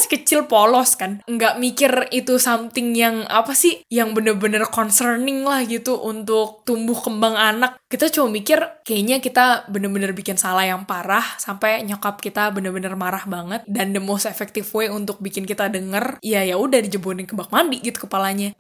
masih kecil polos kan, nggak mikir itu something yang apa sih, yang bener-bener concerning lah gitu untuk tumbuh kembang anak. Kita cuma mikir kayaknya kita bener-bener bikin salah yang parah sampai nyokap kita bener-bener marah banget, dan the most effective way untuk bikin kita denger ya udah dijebonin ke bak mandi gitu kepalanya.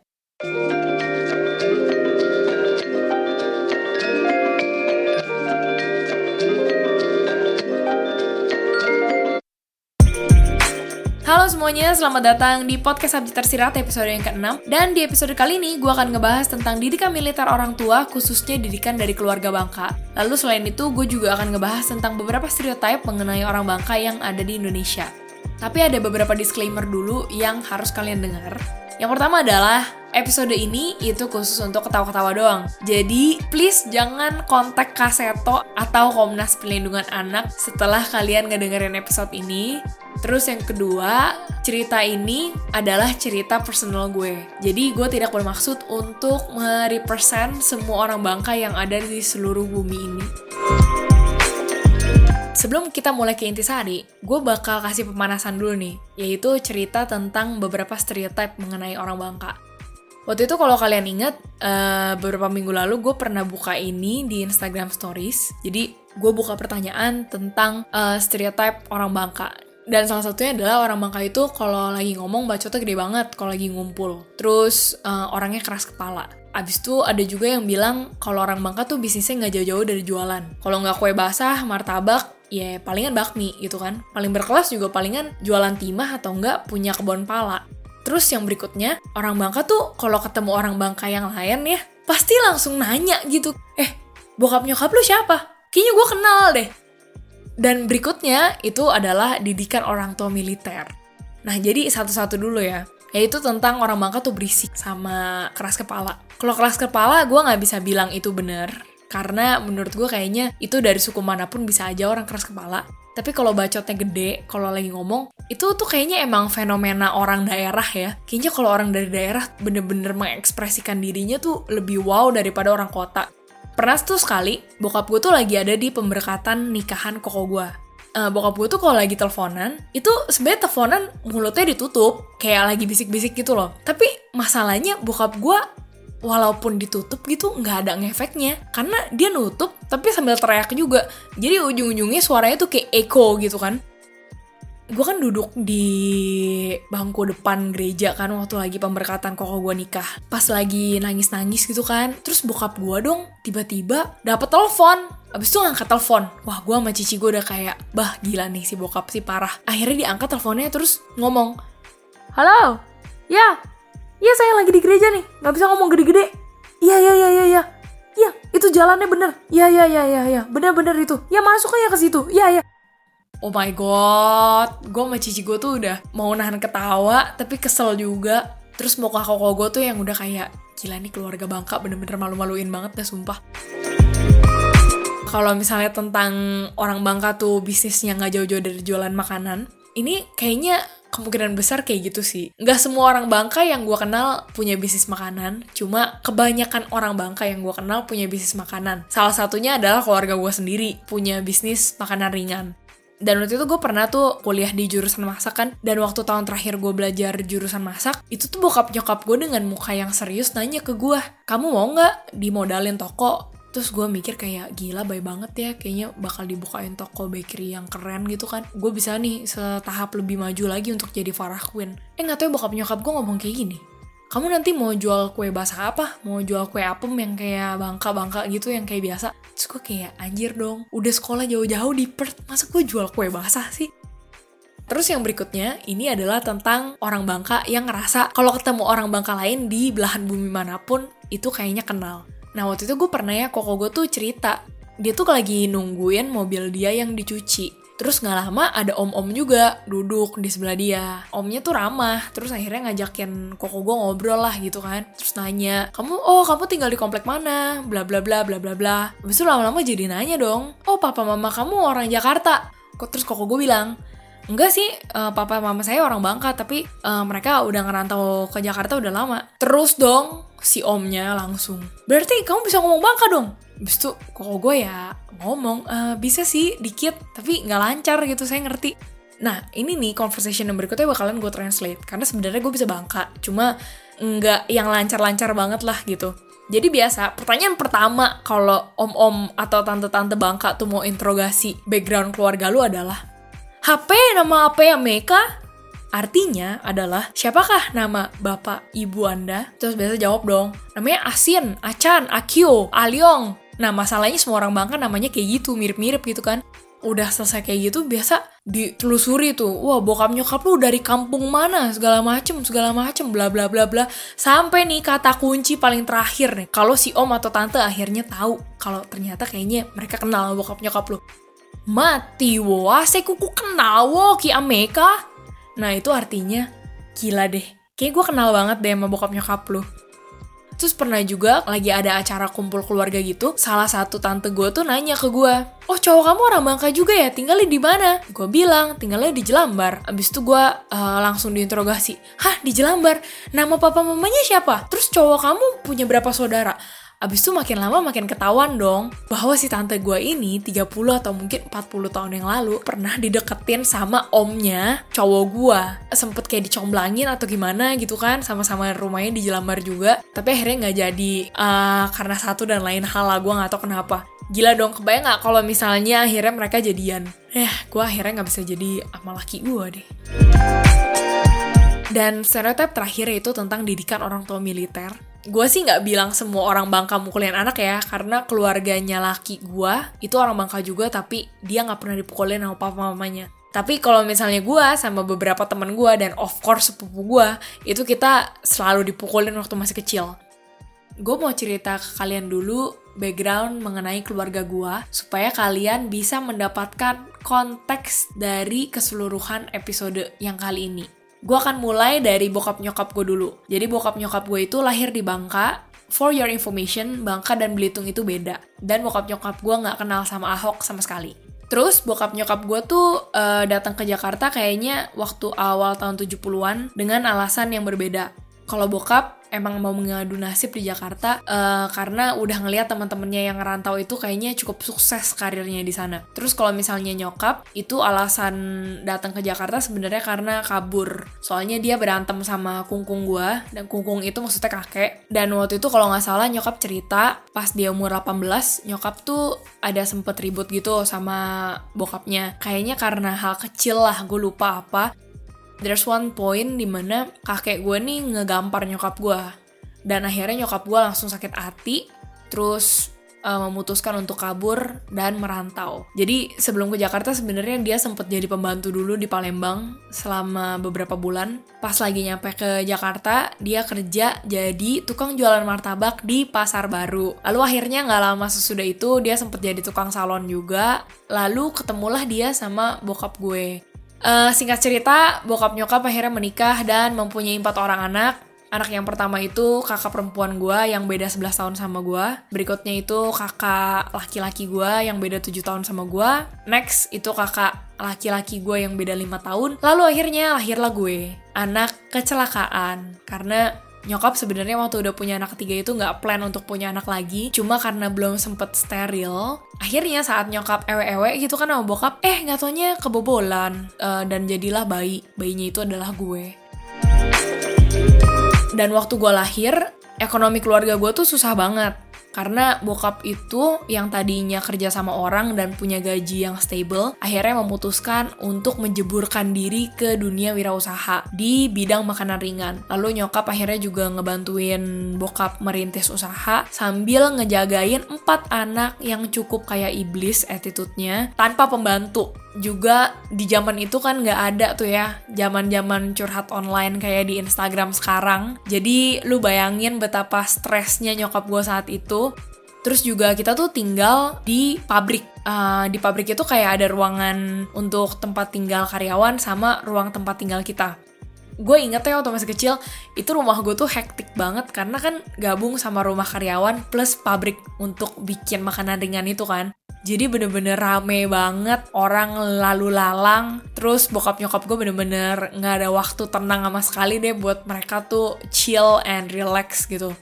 Halo semuanya, selamat datang di Podcast Sabji Tersirat episode yang ke-6. Dan di episode kali ini, gue akan ngebahas tentang didikan militer orang tua, khususnya didikan dari keluarga Bangka. Lalu selain itu, gue juga akan ngebahas tentang beberapa stereotype mengenai orang Bangka yang ada di Indonesia. Tapi ada beberapa disclaimer dulu yang harus kalian dengar. Yang pertama adalah, episode ini itu khusus untuk ketawa-ketawa doang. Jadi, please jangan kontak Kaseto atau Komnas Perlindungan Anak setelah kalian ngedengerin episode ini. Terus yang kedua, cerita ini adalah cerita personal gue. Jadi gue tidak bermaksud untuk merepresent semua orang Bangka yang ada di seluruh bumi ini. Sebelum kita mulai ke intisari, gue bakal kasih pemanasan dulu nih, yaitu cerita tentang beberapa stereotype mengenai orang Bangka. Waktu itu kalau kalian ingat, beberapa minggu lalu gue pernah buka ini di Instagram Stories. Jadi gue buka pertanyaan tentang stereotype orang Bangka. Dan salah satunya adalah orang Bangka itu kalau lagi ngomong bacotnya gede banget kalau lagi ngumpul. Terus orangnya keras kepala. Abis itu ada juga yang bilang kalau orang Bangka tuh bisnisnya nggak jauh-jauh dari jualan. Kalau nggak kue basah, martabak, ya palingan bakmi gitu kan. Paling berkelas juga palingan jualan timah atau nggak punya kebun pala. Terus yang berikutnya, orang Bangka tuh kalau ketemu orang Bangka yang lain ya, pasti langsung nanya gitu. Bokap nyokap lu siapa? Kayaknya gue kenal deh. Dan berikutnya itu adalah didikan orang tua militer. Nah, jadi satu-satu dulu ya. Yaitu tentang orang Bangka tuh berisik sama keras kepala. Kalau keras kepala, gue nggak bisa bilang itu benar. Karena menurut gue kayaknya itu dari suku manapun bisa aja orang keras kepala. Tapi kalau bacotnya gede, kalau lagi ngomong, itu tuh kayaknya emang fenomena orang daerah ya. Kayaknya kalau orang dari daerah bener-bener mengekspresikan dirinya tuh lebih wow daripada orang kota. Pernah tuh sekali, bokap gue tuh lagi ada di pemberkatan nikahan koko gue. Bokap gue tuh kalau lagi teleponan, itu sebenarnya teleponan mulutnya ditutup, kayak lagi bisik-bisik gitu loh. Tapi masalahnya bokap gue, walaupun ditutup gitu, nggak ada ngefeknya. Karena dia nutup, tapi sambil teriak juga. Jadi ujung-ujungnya suaranya tuh kayak echo gitu kan. Gue kan duduk di bangku depan gereja kan waktu lagi pemberkatan koko gue nikah. Pas lagi nangis-nangis gitu kan. Terus bokap gue dong tiba-tiba dapet telepon. Abis itu ngangkat telepon. Wah, gue sama cici gue udah kayak, bah gila nih si bokap sih parah. Akhirnya diangkat teleponnya terus ngomong, halo, ya saya lagi di gereja nih, gak bisa ngomong gede-gede. Iya, itu jalannya bener. Iya, bener itu. Ya masuk aja ke situ. Iya. Oh my god, gue sama cici gue tuh udah mau nahan ketawa, tapi kesel juga. Terus muka koko gue tuh yang udah kayak, gila nih keluarga Bangka bener-bener malu-maluin banget dah sumpah. Kalau misalnya tentang orang Bangka tuh bisnisnya gak jauh-jauh dari jualan makanan, ini kayaknya kemungkinan besar kayak gitu sih. Gak semua orang Bangka yang gue kenal punya bisnis makanan, cuma kebanyakan orang Bangka yang gue kenal punya bisnis makanan. Salah satunya adalah keluarga gue sendiri, punya bisnis makanan ringan. Dan waktu itu gue pernah tuh kuliah di jurusan masak kan. Dan waktu tahun terakhir gue belajar jurusan masak, itu tuh bokap nyokap gue dengan muka yang serius nanya ke gue, kamu mau gak dimodalin toko? Terus gue mikir kayak, gila baik banget ya, kayaknya bakal dibukain toko bakery yang keren gitu kan. Gue bisa nih setahap lebih maju lagi untuk jadi Farah Queen. Gak tau ya bokap nyokap gue ngomong kayak gini, kamu nanti mau jual kue basah apa? Mau jual kue apem yang kayak bangka-bangka gitu, yang kayak biasa? Terus gue kayak, anjir dong, udah sekolah jauh-jauh di Perth, masa gue jual kue basah sih? Terus yang berikutnya, ini adalah tentang orang Bangka yang ngerasa kalau ketemu orang Bangka lain di belahan bumi manapun, itu kayaknya kenal. Nah waktu itu gue pernah ya, koko gue tuh cerita, dia tuh lagi nungguin mobil dia yang dicuci. Terus gak lama ada om-om juga duduk di sebelah dia. Omnya tuh ramah, terus akhirnya ngajakin koko gue ngobrol lah gitu kan. Terus nanya, kamu tinggal di komplek mana? Bla bla bla bla bla bla. Habis itu lama-lama jadi nanya dong, oh papa mama kamu orang Jakarta? Terus koko gue bilang, enggak sih, papa mama saya orang Bangka, tapi mereka udah ngerantau ke Jakarta udah lama. Terus dong, si omnya langsung, berarti kamu bisa ngomong Bangka dong? Habis itu koko gue ya ngomong, bisa sih dikit, tapi gak lancar gitu, saya ngerti. Nah, ini nih conversation yang berikutnya bakalan gue translate. Karena sebenarnya gue bisa Bangka, cuma nggak yang lancar-lancar banget lah gitu. Jadi biasa, pertanyaan pertama kalau om-om atau tante-tante Bangka tuh mau interogasi background keluarga lu adalah, HP nama apa ya Meka? Artinya adalah, siapakah nama bapak ibu Anda? Terus biasa jawab dong, namanya Asin, Acan, Akio, Aliong. Nah, masalahnya semua orang Bangka namanya kayak gitu, mirip-mirip gitu kan. Udah selesai kayak gitu, biasa ditelusuri tuh, wah bokap nyokap lu dari kampung mana, segala macem, bla bla bla bla. Sampai nih kata kunci paling terakhir nih, kalau si om atau tante akhirnya tahu kalau ternyata kayaknya mereka kenal bokap nyokap lu. Mati wo, ase kuku kenal wo ki Ameka. Nah itu artinya, gila deh, kayak gue kenal banget deh sama bokap nyokap lu. Terus pernah juga lagi ada acara kumpul keluarga gitu, salah satu tante gue tuh nanya ke gue, oh cowok kamu orang Bangka juga ya, tinggalnya di mana? Gue bilang, tinggalnya di Jelambar. Abis itu gue langsung diinterogasi, hah di Jelambar? Nama papa mamanya siapa? Terus cowok kamu punya berapa saudara? Abis itu makin lama makin ketahuan dong bahwa si tante gue ini 30 atau mungkin 40 tahun yang lalu pernah dideketin sama omnya cowok gue. Sempet kayak dicomblangin atau gimana gitu kan, sama-sama rumahnya di Jelambar juga. Tapi akhirnya gak jadi karena satu dan lain hal lah, gue gak tau kenapa. Gila dong, kebayang gak kalau misalnya akhirnya mereka jadian? Gue akhirnya gak bisa jadi sama laki gue deh. Dan stereotip terakhir yaitu tentang didikan orang tua militer. Gue sih gak bilang semua orang Bangka mukulin anak ya, karena keluarganya laki gue itu orang Bangka juga, tapi dia gak pernah dipukulin sama papa mamanya. Tapi kalau misalnya gue sama beberapa teman gue dan of course sepupu gue, itu kita selalu dipukulin waktu masih kecil. Gue mau cerita ke kalian dulu background mengenai keluarga gue, supaya kalian bisa mendapatkan konteks dari keseluruhan episode yang kali ini. Gue akan mulai dari bokap nyokap gue dulu. Jadi bokap nyokap gue itu lahir di Bangka. For your information, Bangka dan Belitung itu beda. Dan bokap nyokap gue gak kenal sama Ahok sama sekali. Terus bokap nyokap gue tuh datang ke Jakarta kayaknya waktu awal tahun 70-an dengan alasan yang berbeda. Kalau bokap emang mau mengadu nasib di Jakarta karena udah ngeliat teman-temannya yang ngerantau itu kayaknya cukup sukses karirnya di sana. Terus kalau misalnya nyokap itu alasan datang ke Jakarta sebenarnya karena kabur. Soalnya dia berantem sama kungkung gua, dan kungkung itu maksudnya kakek. Dan waktu itu kalau nggak salah nyokap cerita pas dia umur 18, nyokap tuh ada sempet ribut gitu sama bokapnya. Kayaknya karena hal kecil lah, gue lupa apa. There's one point dimana kakek gue nih ngegampar nyokap gue. Dan akhirnya nyokap gue langsung sakit hati, terus memutuskan untuk kabur dan merantau. Jadi sebelum ke Jakarta sebenarnya dia sempat jadi pembantu dulu di Palembang selama beberapa bulan. Pas lagi nyampe ke Jakarta, dia kerja jadi tukang jualan martabak di Pasar Baru. Lalu akhirnya nggak lama sesudah itu dia sempat jadi tukang salon juga. Lalu ketemulah dia sama bokap gue. Singkat cerita, bokap nyokap akhirnya menikah dan mempunyai 4 orang anak. Anak yang pertama itu kakak perempuan gue yang beda 11 tahun sama gue. Berikutnya itu kakak laki-laki gue yang beda 7 tahun sama gue. Next itu kakak laki-laki gue yang beda 5 tahun. Lalu akhirnya lahirlah gue, anak kecelakaan. Karena nyokap sebenarnya waktu udah punya anak ketiga itu nggak plan untuk punya anak lagi. Cuma karena belum sempet steril, akhirnya saat nyokap ewe-ewe gitu kan sama bokap, nggak taunya kebobolan. Dan jadilah bayinya itu adalah gue. Dan waktu gue lahir, ekonomi keluarga gue tuh susah banget. Karena bokap itu yang tadinya kerja sama orang dan punya gaji yang stable, akhirnya memutuskan untuk menjeburkan diri ke dunia wirausaha di bidang makanan ringan. Lalu nyokap akhirnya juga ngebantuin bokap merintis usaha sambil ngejagain 4 anak yang cukup kayak iblis attitude-nya tanpa pembantu. Juga di zaman itu kan nggak ada tuh ya zaman-zaman curhat online kayak di Instagram sekarang. Jadi lu bayangin betapa stresnya nyokap gue saat itu. Terus juga kita tuh tinggal di pabrik. Di pabrik itu kayak ada ruangan untuk tempat tinggal karyawan sama ruang tempat tinggal kita. Gue inget ya waktu masih kecil, itu rumah gue tuh hektik banget karena kan gabung sama rumah karyawan plus pabrik untuk bikin makanan ringan itu kan. Jadi bener-bener rame banget, orang lalu lalang. Terus bokap nyokap gue bener-bener gak ada waktu tenang sama sekali deh buat mereka tuh chill and relax gitu.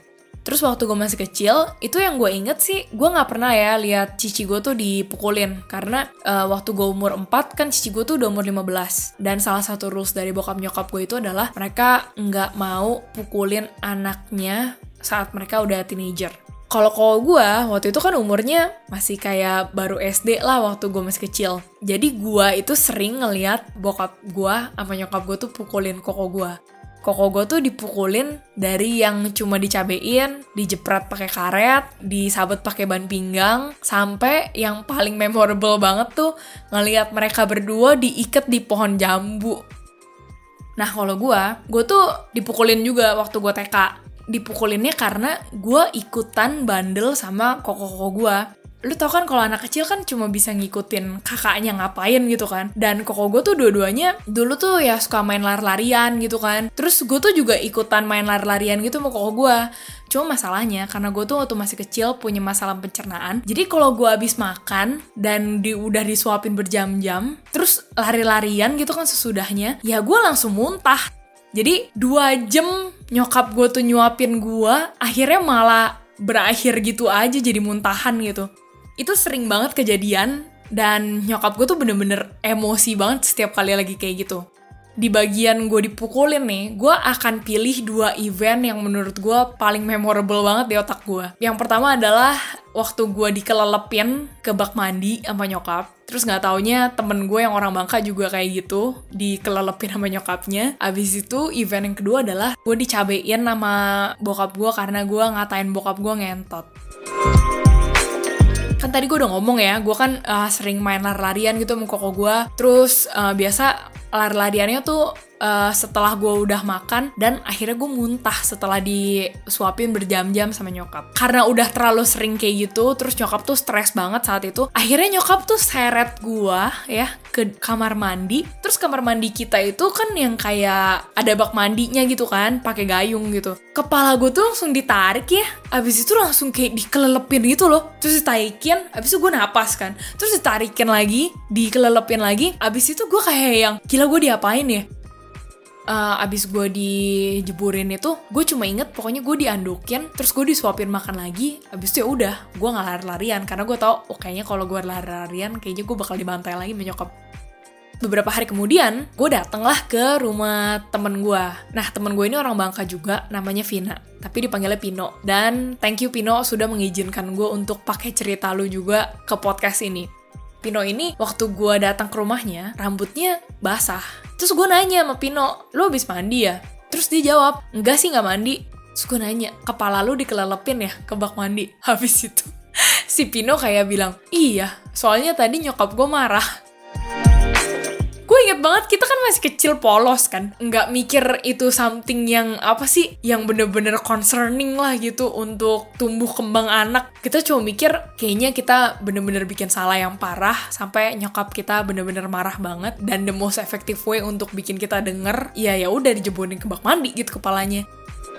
Terus waktu gue masih kecil, itu yang gue inget sih, gue gak pernah ya lihat cici gue tuh dipukulin. Karena waktu gue umur 4 kan cici gue tuh udah umur 15. Dan salah satu rules dari bokap nyokap gue itu adalah mereka gak mau pukulin anaknya saat mereka udah teenager. Kalau gue waktu itu kan umurnya masih kayak baru SD lah waktu gue masih kecil. Jadi gue itu sering ngeliat bokap gue sama nyokap gue tuh pukulin koko gue. Koko gue tuh dipukulin dari yang cuma dicabein, dijepret pakai karet, disabet pakai ban pinggang, sampai yang paling memorable banget tuh ngelihat mereka berdua diikat di pohon jambu. Nah kalau gue tuh dipukulin juga waktu gue TK. Dipukulinnya karena gue ikutan bandel sama koko-koko gue. Lu tau kan kalau anak kecil kan cuma bisa ngikutin kakaknya ngapain gitu kan. Dan koko gue tuh dua-duanya dulu tuh ya suka main lari-larian gitu kan. Terus gue tuh juga ikutan main lari-larian gitu sama koko gue. Cuma masalahnya karena gue tuh waktu masih kecil punya masalah pencernaan. Jadi kalau gue habis makan dan udah disuapin berjam-jam, terus lari-larian gitu kan sesudahnya, ya gue langsung muntah. Jadi 2 jam nyokap gue tuh nyuapin gue, akhirnya malah berakhir gitu aja jadi muntahan gitu. Itu sering banget kejadian, dan nyokap gue tuh bener-bener emosi banget setiap kali lagi kayak gitu. Di bagian gue dipukulin nih, gue akan pilih 2 event yang menurut gue paling memorable banget di otak gue. Yang pertama adalah waktu gue dikelelepin ke bak mandi sama nyokap. Terus gak taunya temen gue yang orang Bangka juga kayak gitu, dikelelepin sama nyokapnya. Abis itu event yang kedua adalah gue dicabein sama bokap gue karena gue ngatain bokap gue ngentot. Kan tadi gue udah ngomong ya, gue kan sering main lari-larian gitu sama koko gue. Terus biasa lari-lariannya tuh setelah gue udah makan, dan akhirnya gue muntah setelah disuapin berjam-jam sama nyokap. Karena udah terlalu sering kayak gitu, terus nyokap tuh stres banget saat itu. Akhirnya nyokap tuh seret gue ya ke kamar mandi. Terus kamar mandi kita itu kan yang kayak ada bak mandinya gitu kan, pakai gayung gitu. Kepala gue tuh langsung ditarik ya, abis itu langsung kayak dikelelepin gitu loh. Terus ditarikin, abis itu gue napas kan. Terus ditarikin lagi, dikelelepin lagi. Abis itu gue kayak yang, gila gue diapain ya? Abis gue dijeburin itu, gue cuma inget pokoknya gue diandukin, terus gue disuapin makan lagi. Abis itu ya udah, gue nggak lari-larian karena gue tau, kayaknya kalau gue lari-larian, kayaknya gue bakal dibantai lagi sama nyokap. Beberapa hari kemudian, gue datenglah ke rumah temen gue. Nah, temen gue ini orang Bangka juga, namanya Vina, tapi dipanggilnya Pino. Dan thank you Pino sudah mengizinkan gue untuk pakai cerita lu juga ke podcast ini. Pino ini waktu gue datang ke rumahnya, rambutnya basah. Terus gue nanya sama Pino, lu habis mandi ya? Terus dia jawab, enggak sih gak mandi. Terus gue nanya, kepala lu dikelelepin ya ke bak mandi? Habis itu si Pino kayak bilang, iya, soalnya tadi nyokap gue marah. Gue inget banget, kita kan masih kecil polos kan, nggak mikir itu something yang apa sih, yang bener-bener concerning lah gitu untuk tumbuh kembang anak. Kita cuma mikir kayaknya kita bener-bener bikin salah yang parah sampai nyokap kita bener-bener marah banget, dan the most effective way untuk bikin kita denger, ya udah dijeburin ke bak mandi gitu kepalanya.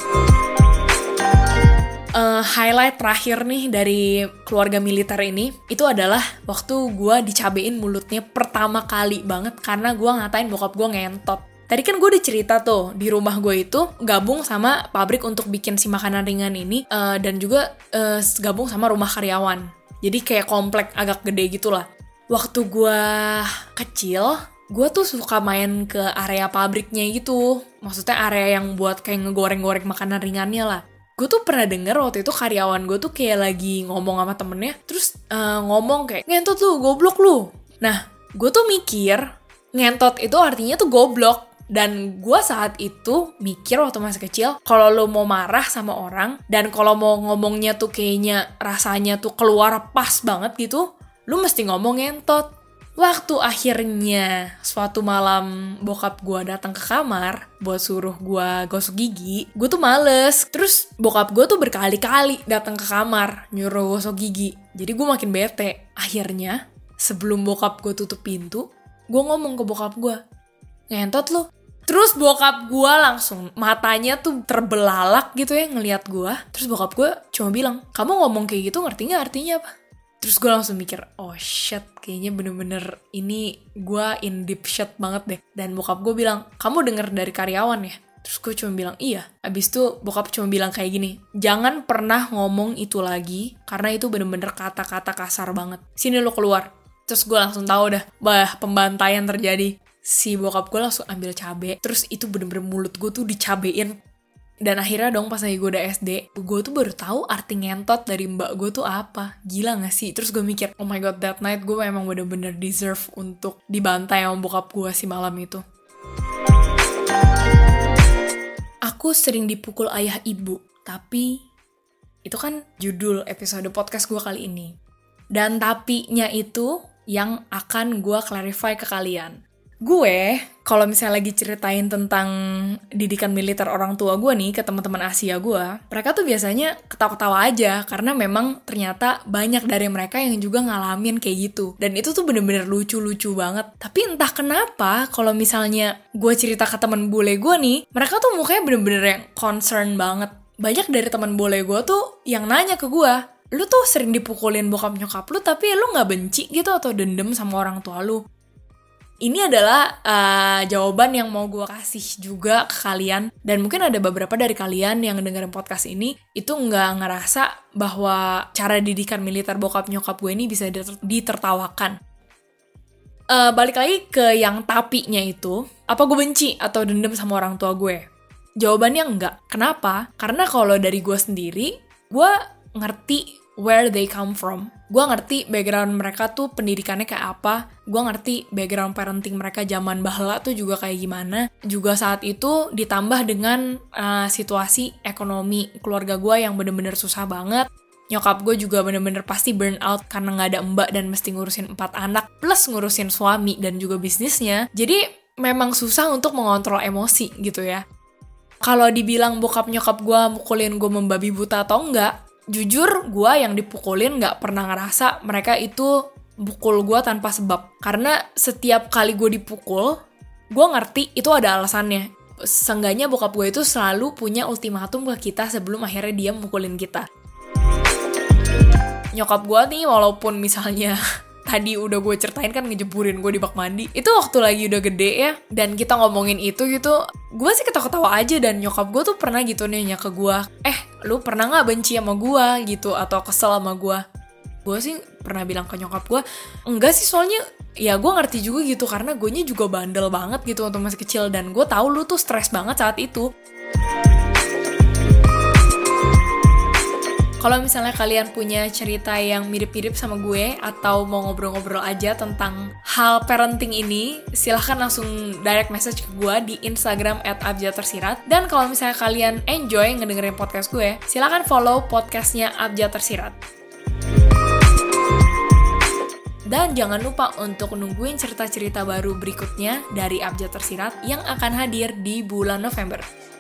Highlight terakhir nih dari keluarga militer ini, itu adalah waktu gue dicabein mulutnya pertama kali banget karena gue ngatain bokap gue ngentot. Tadi kan gue udah cerita tuh, di rumah gue itu gabung sama pabrik untuk bikin si makanan ringan ini, dan juga gabung sama rumah karyawan. Jadi kayak komplek agak gede gitu lah. Waktu gue kecil, gue tuh suka main ke area pabriknya gitu. Maksudnya area yang buat kayak ngegoreng-goreng makanan ringannya lah. Gue tuh pernah denger waktu itu karyawan gue tuh kayak lagi ngomong sama temennya, terus ngomong kayak, ngentot lu, goblok lu. Nah, gue tuh mikir, ngentot itu artinya tuh goblok. Dan gue saat itu mikir waktu masih kecil, kalau lu mau marah sama orang, dan kalau mau ngomongnya tuh kayaknya rasanya tuh keluar pas banget gitu, lu mesti ngomong ngentot. Waktu akhirnya suatu malam bokap gue datang ke kamar buat suruh gue gosok gigi, gue tuh males. Terus bokap gue tuh berkali-kali datang ke kamar nyuruh gosok gigi. Jadi gue makin bete. Akhirnya sebelum bokap gue tutup pintu, gue ngomong ke bokap gue, ngentot lu. Terus bokap gue langsung matanya tuh terbelalak gitu ya ngeliat gue. Terus bokap gue cuma bilang, kamu ngomong kayak gitu ngerti gak artinya apa? Terus gue langsung mikir, oh shit, kayaknya bener-bener ini gue in deep shit banget deh. Dan bokap gue bilang, kamu denger dari karyawan ya? Terus gue cuma bilang, iya. Abis itu bokap cuma bilang kayak gini, jangan pernah ngomong itu lagi, karena itu bener-bener kata-kata kasar banget. Sini lu keluar. Terus gue langsung tahu dah, pembantaian terjadi. Si bokap gue langsung ambil cabe. Terus itu bener-bener mulut gue tuh dicabein. Dan akhirnya dong pas lagi gue udah SD, gue tuh baru tahu arti ngentot dari mbak gue tuh apa. Gila gak sih? Terus gue mikir, oh my god, that night gue emang bener-bener deserve untuk dibantai sama bokap gue si malam itu. Aku sering dipukul ayah ibu, tapi itu kan judul episode podcast gue kali ini. Dan tapinya itu yang akan gue clarify ke kalian. Gue, kalau misalnya lagi ceritain tentang didikan militer orang tua gue nih ke teman-teman Asia gue, mereka tuh biasanya ketawa-ketawa aja karena memang ternyata banyak dari mereka yang juga ngalamin kayak gitu. Dan itu tuh bener-bener lucu-lucu banget. Tapi entah kenapa kalau misalnya gue cerita ke teman bule gue nih, mereka tuh mukanya bener-bener yang concern banget. Banyak dari teman bule gue tuh yang nanya ke gue, lu tuh sering dipukulin bokap nyokap lu tapi lu gak benci gitu atau dendam sama orang tua lu? Ini adalah jawaban yang mau gue kasih juga ke kalian. Dan mungkin ada beberapa dari kalian yang dengerin podcast ini itu nggak ngerasa bahwa cara didikan militer bokap nyokap gue ini bisa ditertawakan. Balik lagi ke yang tapinya itu, apa gue benci atau dendam sama orang tua gue? Jawabannya enggak. Kenapa? Karena kalau dari gue sendiri, gue ngerti where they come from. Gue ngerti background mereka tuh pendidikannya kayak apa. Gue ngerti background parenting mereka zaman bahala tuh juga kayak gimana. Juga saat itu ditambah dengan situasi ekonomi keluarga gue yang bener-bener susah banget. Nyokap gue juga bener-bener pasti burn out karena gak ada mbak dan mesti ngurusin 4 anak. Plus ngurusin suami dan juga bisnisnya. Jadi memang susah untuk mengontrol emosi gitu ya. Kalau dibilang bokap nyokap gue mukulin gue membabi buta atau enggak, jujur, gue yang dipukulin gak pernah ngerasa mereka itu pukul gue tanpa sebab. Karena setiap kali gue dipukul, gue ngerti itu ada alasannya. Seenggaknya bokap gue itu selalu punya ultimatum ke kita sebelum akhirnya dia mukulin kita. Nyokap gue nih, walaupun misalnya tadi udah gue ceritain kan ngejeburin gue di bak mandi, itu waktu lagi udah gede ya, dan kita ngomongin itu gitu, gue sih ketawa-ketawa aja. Dan nyokap gue tuh pernah gitu nanya ke gue, lu pernah gak benci sama gue gitu, atau kesel sama gue? Gue sih pernah bilang ke nyokap gue, enggak sih, soalnya ya gue ngerti juga gitu, karena gue juga bandel banget gitu waktu masih kecil, dan gue tahu lu tuh stres banget saat itu. Kalau misalnya kalian punya cerita yang mirip-mirip sama gue atau mau ngobrol-ngobrol aja tentang hal parenting ini, silahkan langsung direct message ke gue di Instagram @abjadtersirat. Dan kalau misalnya kalian enjoy ngedengerin podcast gue, silahkan follow podcastnya Abjad Tersirat. Dan jangan lupa untuk nungguin cerita-cerita baru berikutnya dari Abjad Tersirat yang akan hadir di bulan November.